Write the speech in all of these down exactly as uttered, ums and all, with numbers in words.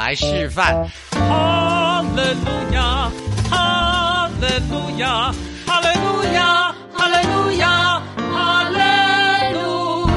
来示范。哈利路亚，哈利路亚，哈利路亚，哈利路亚，哈利路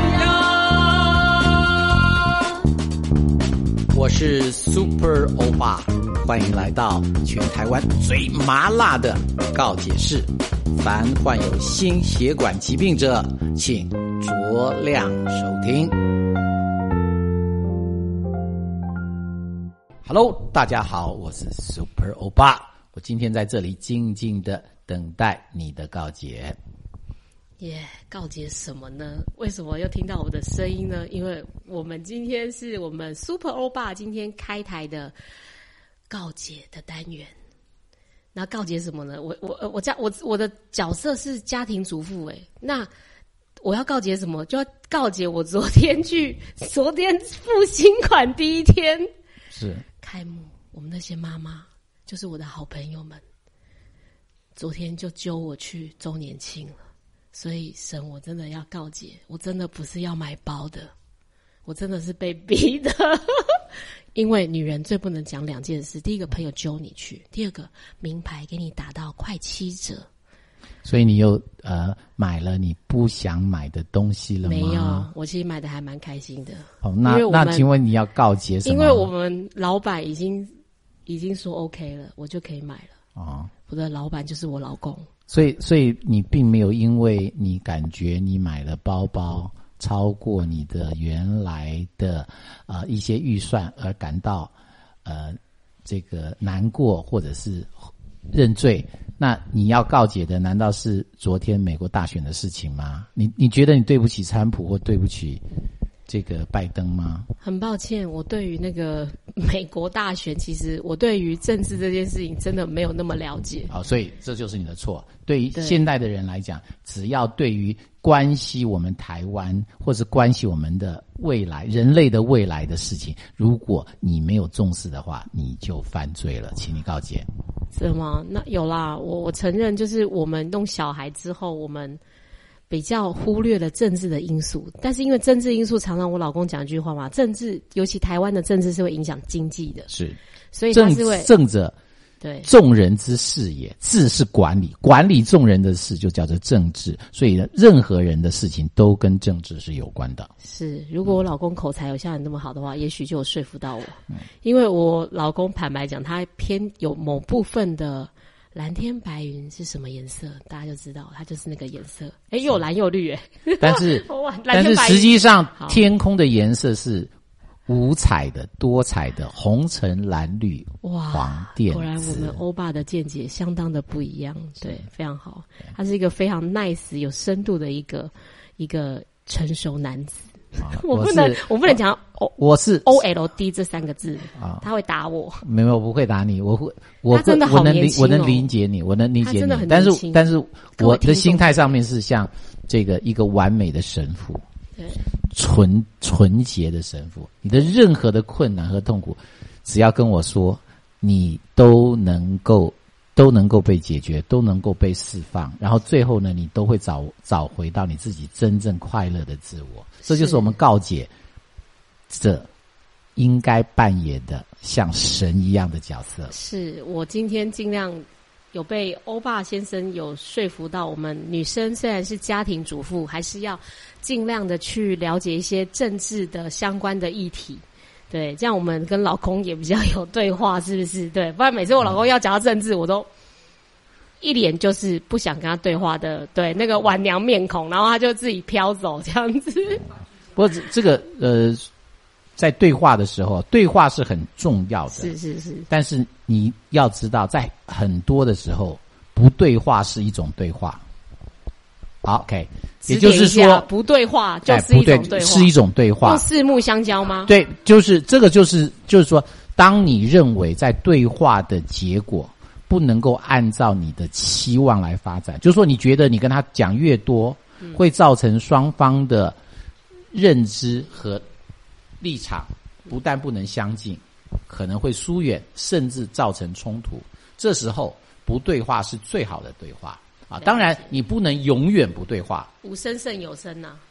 亚。我是 Super 欧巴，欢迎来到全台湾最麻辣的告解室。凡患有心血管疾病者，请酌量收听。Hello， 大家好，我是 Super 欧巴，我今天在这里静静的等待你的告解。 耶、yeah, 告解什么呢？为什么又听到我的声音呢？因为我们今天是我们 Super 欧巴今天开台的告解的单元。那告解什么呢？我我我家我我的角色是家庭主妇诶，那我要告解什么？就要告解我昨天去昨天付新款第一天是开幕，我们那些妈妈就是我的好朋友们，昨天就揪我去周年庆了。所以神，我真的要告解，我真的不是要买包的，我真的是被逼的。因为女人最不能讲两件事，第一个朋友揪你去，第二个名牌给你打到快七折。 所以你又呃买了你不想买的东西了吗？ 没有，我其实买的还蛮开心的。 哦，那那请问你要告解什么？ 因为我们老板已经已经说 OK 了，我就可以买了。哦，我的老板就是我老公。 所以，所以你并没有因为你感觉你买了包包超过你的原来的呃一些预算而感到呃这个难过或者是认罪。那你要告解的难道是昨天美国大选的事情吗？你你觉得你对不起川普或对不起这个拜登吗？ 很抱歉，我对于那个美国大选，其实我对于政治这件事情真的没有那么了解。 好，所以这就是你的错。对于现代的人来讲，只要对于关系我们台湾或是关系我们的未来、人类的未来的事情，如果你没有重视的话，你就犯罪了，请你告解。 是吗？那有啦，我我承认，就是我们弄小孩之后，我们比较忽略了政治的因素，但是因为政治因素，常常我老公讲一句话嘛，政治尤其台湾的政治是会影响经济的， 是， 所以他是会政者对众人之事也，治是管理，管理众人的事就叫做政治，所以任何人的事情都跟政治是有关的。 是，如果我老公口才有像你那么好的话，也许就有说服到我，嗯、因为我老公坦白讲，他偏有某部分的。蓝天白云是什么颜色？大家就知道，它就是那个颜色。哎，又有蓝又绿，哎。 但是，但是实际上，天空的颜色是五彩的、多彩的，红橙蓝绿黄靛紫。 果然，我们欧巴的见解相当的不一样，对，非常好。他是一个非常 nice、有深度的一个一个成熟男子。我不能，我不能讲 O， 我是 O L D 这三个字啊，他会打我。 没有，我不会打你，我会，我他真的好年轻哦， 我能理解你，我能理解你， 他真的很但年轻， 是但是我的心态上面是像这个一个完美的神父， 对， 纯纯洁的神父，你的任何的困难和痛苦，只要跟我说，你都能够。都能够被解决，都能够被释放，然后最后呢，你都会找找回到你自己真正快乐的自我。这就是我们告解者应该扮演的像神一样的角色。 是我今天尽量有被欧巴先生有说服到，我们女生虽然是家庭主妇，还是要尽量的去了解一些政治的相关的议题。对，这样我们跟老公也比较有对话，是不是？对，不然每次我老公要讲到政治，我都一脸就是不想跟他对话的，对，那个晚娘面孔，然后他就自己飘走这样子。 不过这个呃，在对话的时候，对话是很重要的， 是是是。 但是你要知道，在很多的时候，不对话是一种对话。好 ，OK， 也就是说， 不对话就是一种对话， 是一种对话。 用四目相交吗？ 对，就是这个，就是就是说，当你认为在对话的结果不能够按照你的期望来发展，就是说，你觉得你跟他讲越多，嗯、会造成双方的认知和立场不但不能相近，可能会疏远，甚至造成冲突。这时候，不对话是最好的对话。啊，当然你不能永远不对话， 无声胜有声呐、啊。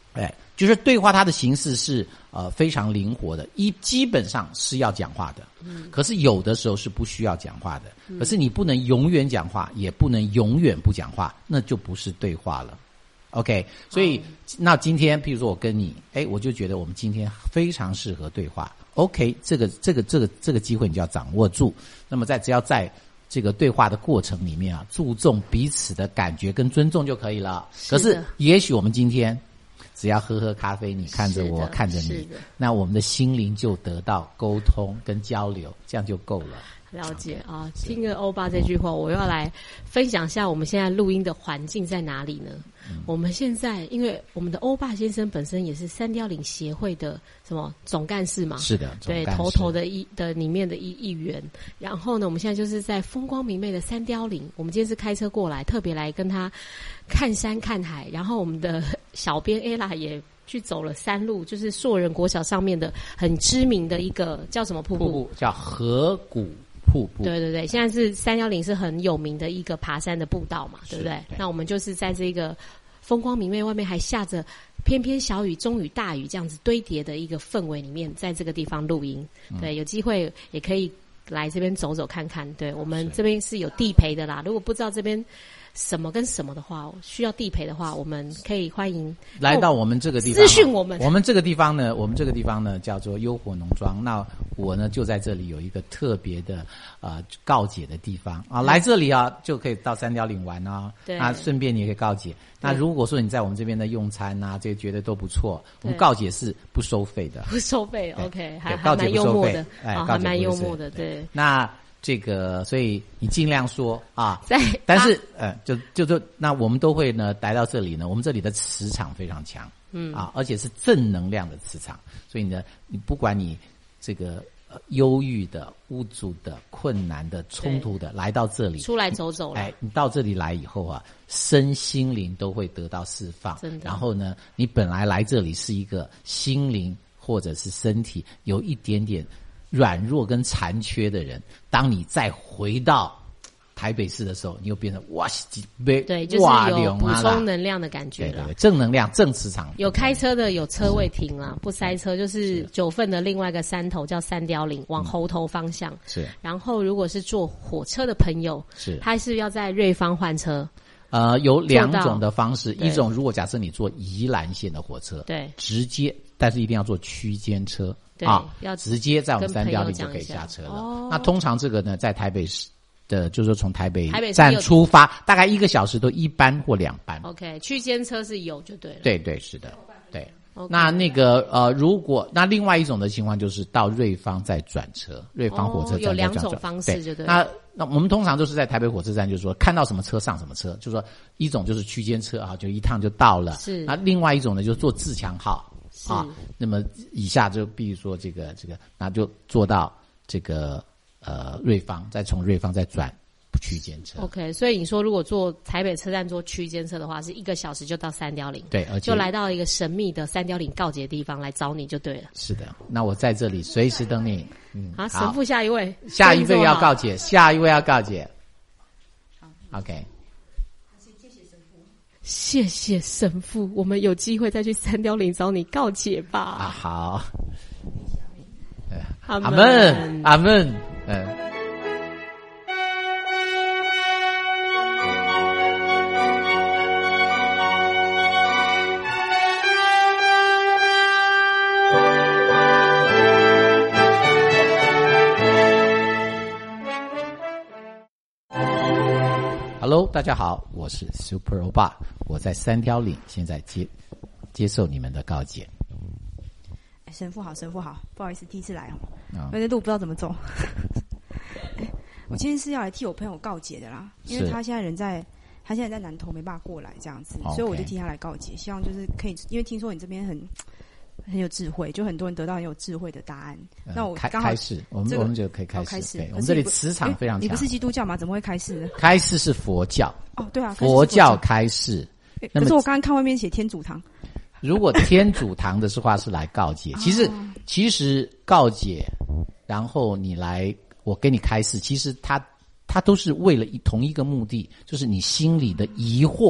哎，就是对话它的形式是呃非常灵活的，一基本上是要讲话的，嗯，可是有的时候是不需要讲话的，嗯，可是你不能永远讲话，也不能永远不讲话，那就不是对话了。OK， 所以、嗯、那今天譬如说我跟你，哎，我就觉得我们今天非常适合对话。OK， 这个这个这个这个机会你就要掌握住。那么在只要在这个对话的过程里面啊，注重彼此的感觉跟尊重就可以了。可是也许我们今天只要喝喝咖啡，你看着我看着你，那我们的心灵就得到沟通跟交流，这样就够了。 了解啊，听了欧巴这句话，我要来分享一下我们现在录音的环境在哪里呢？嗯、我们现在因为我们的欧巴先生本身也是三貂岭协会的什么总干事嘛， 是的， 对，头头的一的里面的一一员。然后呢，我们现在就是在风光明媚的三貂岭，我们今天是开车过来，特别来跟他看山看海。然后我们的小编 Ella 也去走了山路，就是硕仁国小上面的很知名的一个叫什么瀑布？ 瀑布叫河谷瀑布。 对对对，现在是三貂岭是很有名的一个爬山的步道嘛，对不对？对，那我们就是在这个风光明媚，外面还下着偏偏小雨、中雨、大雨这样子堆叠的一个氛围里面，在这个地方录音。对，有机会也可以来这边走走看看。对，我们这边是有地陪的啦，如果不知道这边什么跟什么的话，需要地陪的话，我们可以欢迎来到我们这个地方， 私讯我们。 我们这个地方呢，我们这个地方呢叫做幽火农庄。那我呢就在这里有一个特别的呃告解的地方啊，来这里啊就可以到三貂岭玩啊。对，那顺便你也可以告解。那如果说你在我们这边的用餐啊，这个觉得都不错，我们告解是不收费的， 不收费。OK， 还还蛮幽默的，哎，还蛮幽默的，对。 那这个，所以你尽量说啊，但是呃，就就说，那我们都会呢来到这里呢，我们这里的磁场非常强，嗯啊，而且是正能量的磁场，所以呢，你不管你这个呃忧郁的、无助的、困难的、冲突的，来到这里出来走走了， 哎，你到这里来以后啊，身心灵都会得到释放，真的。然后呢，你本来来这里是一个心灵或者是身体有一点点软弱跟残缺的人，当你再回到台北市的时候，你又变成哇对，就是有补充能量的感觉了。 对对对，正能量、正磁场。 有开车的有车位停啦，不塞车。就是九份的另外一个山头叫三貂岭，往猴头方向。是。然后如果是坐火车的朋友，是，他是要在瑞芳换车。 呃，有两种的方式，一种如果假设你坐宜兰线的火车，对，直接，但是一定要坐区间车。啊，要直接在我们三貂岭就可以下车了。哦、那通常这个呢，在台北市的，就是说从台北站出发，大概一个小时都一班或两班。 OK， 区间车是有就对了。 对对是的，对。Okay. 那那个呃，如果那另外一种的情况就是到瑞芳再转车，瑞芳火车站再转车。哦、有两种方式就对了。 那那我们通常都是在台北火车站，就是说看到什么车上什么车，就是说一种就是区间车啊，就一趟就到了。是。那另外一种呢，就是坐自强号。啊，那么以下就比如说这个这个，那就坐到这个呃瑞芳，再从瑞芳再转区间车。 OK， 所以你说如果坐台北车站坐区间车的话，是一个小时就到三貂岭， 对，而且就来到一个神秘的三貂岭告解的地方来找你就对了。 是的，那我在这里随时等你。嗯， 好，神父下一位， 下一位要告解，下一位要告解。OK。 谢谢神父，我们有机会再去三貂岭找你告解吧。 啊，好， 阿们，阿们，嗯。Hello， 大家好，我是 Super 欧巴，我在三貂岭，现在接接受你们的告解。 哎，神父好，神父好，不好意思，第一次来哦，因为路不知道怎么走。我今天是要来替我朋友告解的啦，因为他现在人在，他现在在南投，没办法过来这样子， okay. 所以我就替他来告解，希望就是可以，因为听说你这边很很有智慧，就很多人得到很有智慧的答案。嗯、那我刚好开始，我们、这个、我们就可以开始。 开始， 我们这里磁场非常强。 你不是基督教吗？怎么会开示呢？ 开示是佛教。 哦，对啊， 佛教开示。 可是我刚刚看外面写天主堂。 如果天主堂的话是来告解，其实、哦、其实告解，然后你来，我给你开示，其实它它都是为了一同一个目的，就是你心里的疑惑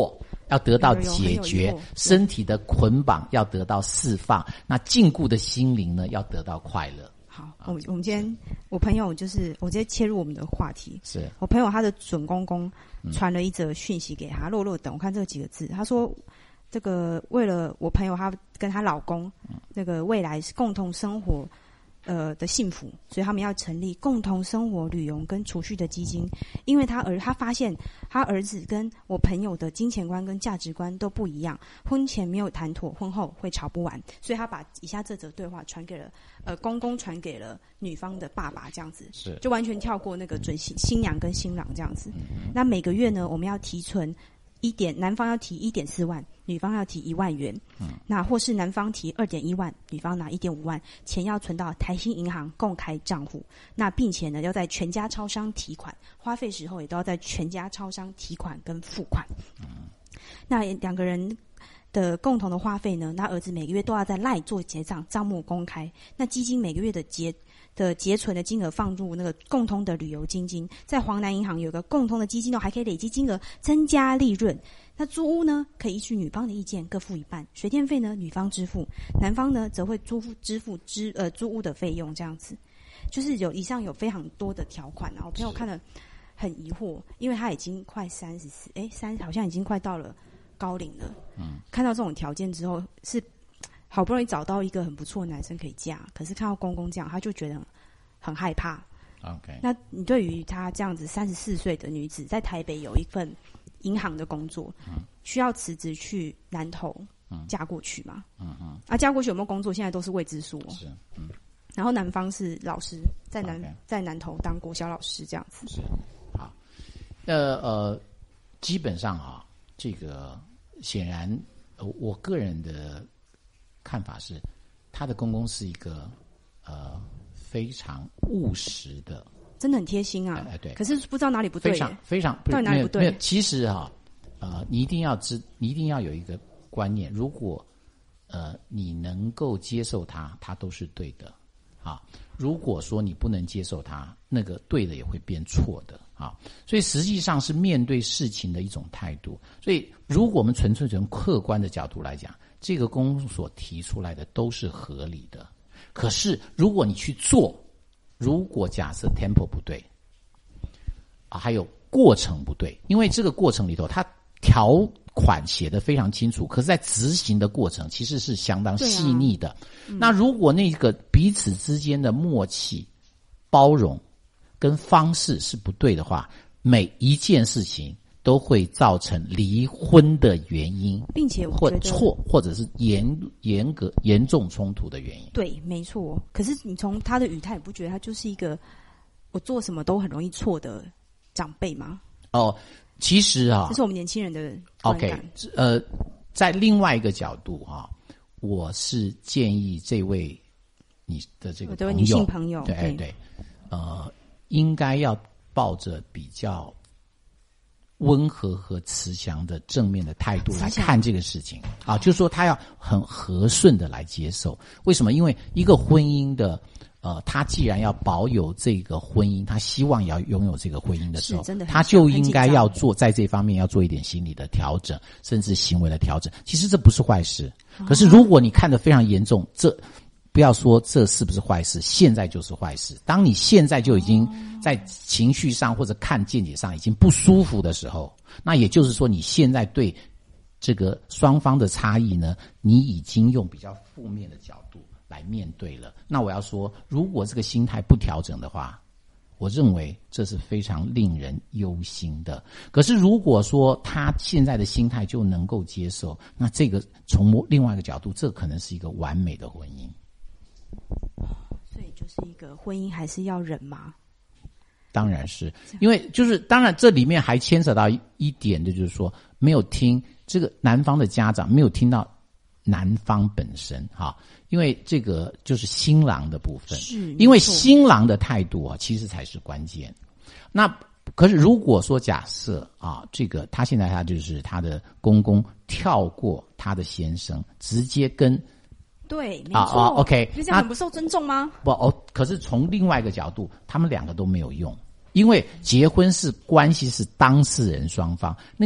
要得到解决，身体的捆绑要得到释放，那禁锢的心灵呢要得到快乐。 好，我们我们今天我朋友就是我直接切入我们的话题， 是我朋友他的准公公传了一则讯息给他，落落等，我看这几个字，他说这个为了我朋友她跟她老公那个未来共同生活呃的幸福，所以他们要成立共同生活旅游跟储蓄的基金。因为他儿他发现他儿子跟我朋友的金钱观跟价值观都不一样，婚前没有谈妥，婚后会吵不完，所以他把以下这则对话传给了呃公公传给了女方的爸爸，这样子是就完全跳过那个准新新娘跟新郎这样子。嗯、那每个月呢，我们要提存一点，男方要提一点四万，女方要提一万元。嗯，那或是男方提二点一万，女方拿一点五万，钱要存到台新银行共开账户。那并且呢，要在全家超商提款，花费时候也都要在全家超商提款跟付款。嗯，那两个人的共同的花费呢，那儿子每个月都要在 LINE 做结账，账目公开。那基金每个月的结的结存的金额放入那个共通的旅游基金，在黄南银行有个共通的基金哦，还可以累积金额增加利润。那租屋呢，可以依据女方的意见各付一半，水电费呢女方支付，男方呢则会租支付支呃租屋的费用，这样子。就是有以上有非常多的条款啊，我朋友看了很疑惑，因为他已经快三十四，哎三好像已经快到了高龄了。嗯，看到这种条件之后是。好不容易找到一个很不错的男生可以嫁，可是看到公公这样，他就觉得很害怕。 OK， 那你对于他这样子三十四岁的女子，在台北有一份银行的工作，嗯、需要辞职去南投、嗯、嫁过去吗？嗯嗯。啊，嫁过去有没有工作？现在都是未知数哦。 是，嗯。 然后男方是老师，在南、okay. 在南投当国小老师这样子。 是，好。那呃，基本上啊，这个显然，呃，我个人的看法是，他的公公是一个呃非常务实的， 真的很贴心啊。哎、呃，对。可是不知道哪里不对， 非常非常到底哪里不对？ 其实哈、啊，呃，你一定要知，你一定要有一个观念，如果呃你能够接受他，他都是对的啊。如果说你不能接受他，那个对的也会变错的啊。所以实际上是面对事情的一种态度。所以如果我们纯粹从客观的角度来讲，这个公公所提出来的都是合理的，可是如果你去做，如果假设 tempo 不对啊，还有过程不对，因为这个过程里头它条款写得非常清楚，可是在执行的过程其实是相当细腻的、啊嗯、那如果那个彼此之间的默契、包容跟方式是不对的话，每一件事情都会造成离婚的原因， 并且或错，或者是严严格严重冲突的原因。 对，没错。可是你从他的语态，你不觉得他就是一个我做什么都很容易错的长辈吗？ 哦，其实啊， 这是我们年轻人的观感。OK， 呃，在另外一个角度啊，我是建议这位你的这个朋友， 女性朋友， 对对对，呃，应该要抱着比较温和和慈祥的正面的态度来看这个事情啊，就是说他要很和顺的来接受。为什么？因为一个婚姻的呃，他既然要保有这个婚姻，他希望也要拥有这个婚姻的时候，他就应该要做在这方面要做一点心理的调整，甚至行为的调整。其实这不是坏事，可是如果你看得非常严重，这不要说这是不是坏事，现在就是坏事。当你现在就已经在情绪上或者看见解上已经不舒服的时候，那也就是说你现在对这个双方的差异呢，你已经用比较负面的角度来面对了。那我要说，如果这个心态不调整的话，我认为这是非常令人忧心的。可是如果说他现在的心态就能够接受，那这个从另外一个角度，这可能是一个完美的婚姻。 所以就是一个婚姻还是要忍吗？ 当然是，因为就是当然这里面还牵扯到一点的，就是说没有听这个男方的家长没有听到男方本身哈，因为这个就是新郎的部分， 是因为新郎的态度啊，其实才是关键。那可是如果说假设啊，这个他现在他就是他的公公跳过他的先生，直接跟。 对，没错。啊啊 ，OK， 就这样很不受尊重吗？ 不哦，可是从另外一个角度，他们两个都没有用，因为结婚是关系是当事人双方，那个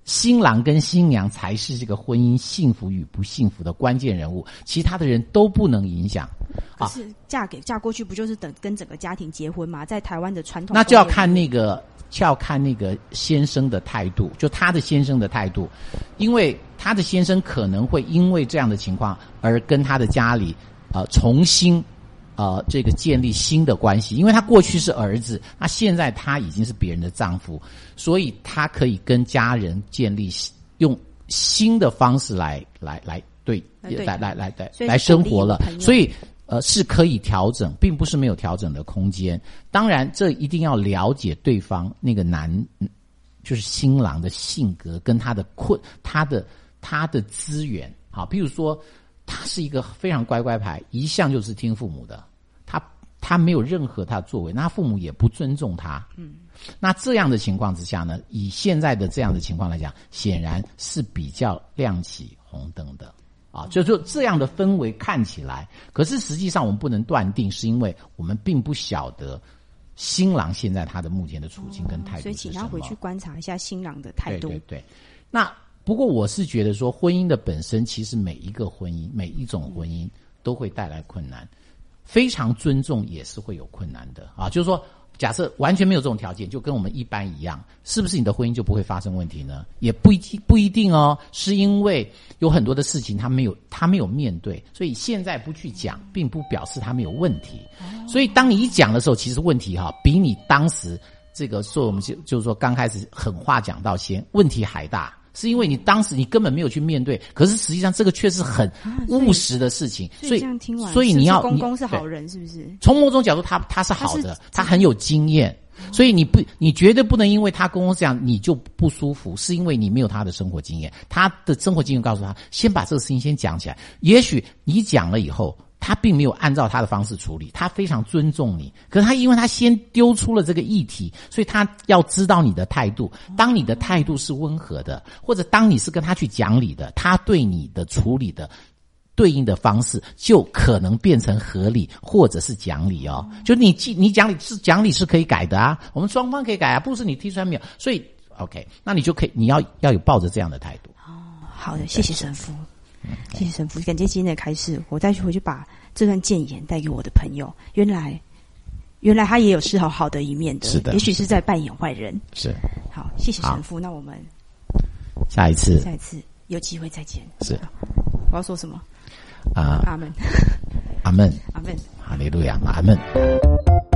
新郎跟新娘才是这个婚姻幸福与不幸福的关键人物，其他的人都不能影响。 可是嫁给嫁过去不就是等跟整个家庭结婚吗？在台湾的传统， 那就要看那个就要看那个先生的态度，就他的先生的态度，因为他的先生可能会因为这样的情况而跟他的家里呃重新呃这个建立新的关系，因为他过去是儿子，那现在他已经是别人的丈夫，所以他可以跟家人建立用新的方式来来来对来来来来来生活了，所以呃是可以调整，并不是没有调整的空间。当然这一定要了解对方那个男就是新郎的性格跟他的困他的他的资源。好，比如说他是一个非常乖乖牌，一向就是听父母的，他他没有任何他的作为，那他父母也不尊重他。嗯，那这样的情况之下呢，以现在的这样的情况来讲，显然是比较亮起红灯的啊，就就这样的氛围看起来，可是实际上我们不能断定，是因为我们并不晓得新郎现在他的目前的处境跟态度是什么。所以请他回去观察一下新郎的态度。 对对对，那。不过我是觉得说，婚姻的本身其实每一个婚姻每一种婚姻都会带来困难，非常尊重也是会有困难的啊。就是说假设完全没有这种条件，就跟我们一般一样，是不是你的婚姻就不会发生问题呢？也不一定不一定哦，是因为有很多的事情他没有他没有面对，所以现在不去讲并不表示他没有问题。所以当你一讲的时候，其实问题哈比你当时这个说我们就就是说刚开始狠话讲到先问题还大，是因为你当时你根本没有去面对，可是实际上这个却是很务实的事情。 啊、所以这样听完， 所以你要公公是好人，是不是？ 从某种角度他，他他是好的，他很有经验，所以你不你绝对不能因为他公公这样你就不舒服，是因为你没有他的生活经验。他的生活经验告诉他，先把这个事情先讲起来。也许你讲了以后，他并没有按照他的方式处理，他非常尊重你，可是他因为他先丢出了这个议题，所以他要知道你的态度。当你的态度是温和的，或者当你是跟他去讲理的，他对你的处理的对应的方式就可能变成合理或者是讲理哦。就你你讲理是讲理是可以改的啊，我们双方可以改啊，不是你提出来没有。所以 OK， 那你就可以你要要有抱着这样的态度。 哦，好的，谢谢神父。Okay. 谢谢神父，感谢今天的开示，我再去回去把这段谏言带给我的朋友。原来，原来他也有是好好的一面的， 是的， 也许是在扮演坏人。 是， 好，谢谢神父。那我们下一次， 下一次有机会再见。 是， 我要说什么？ 啊， 阿门， 阿门， 阿门， 哈利路亚，阿门。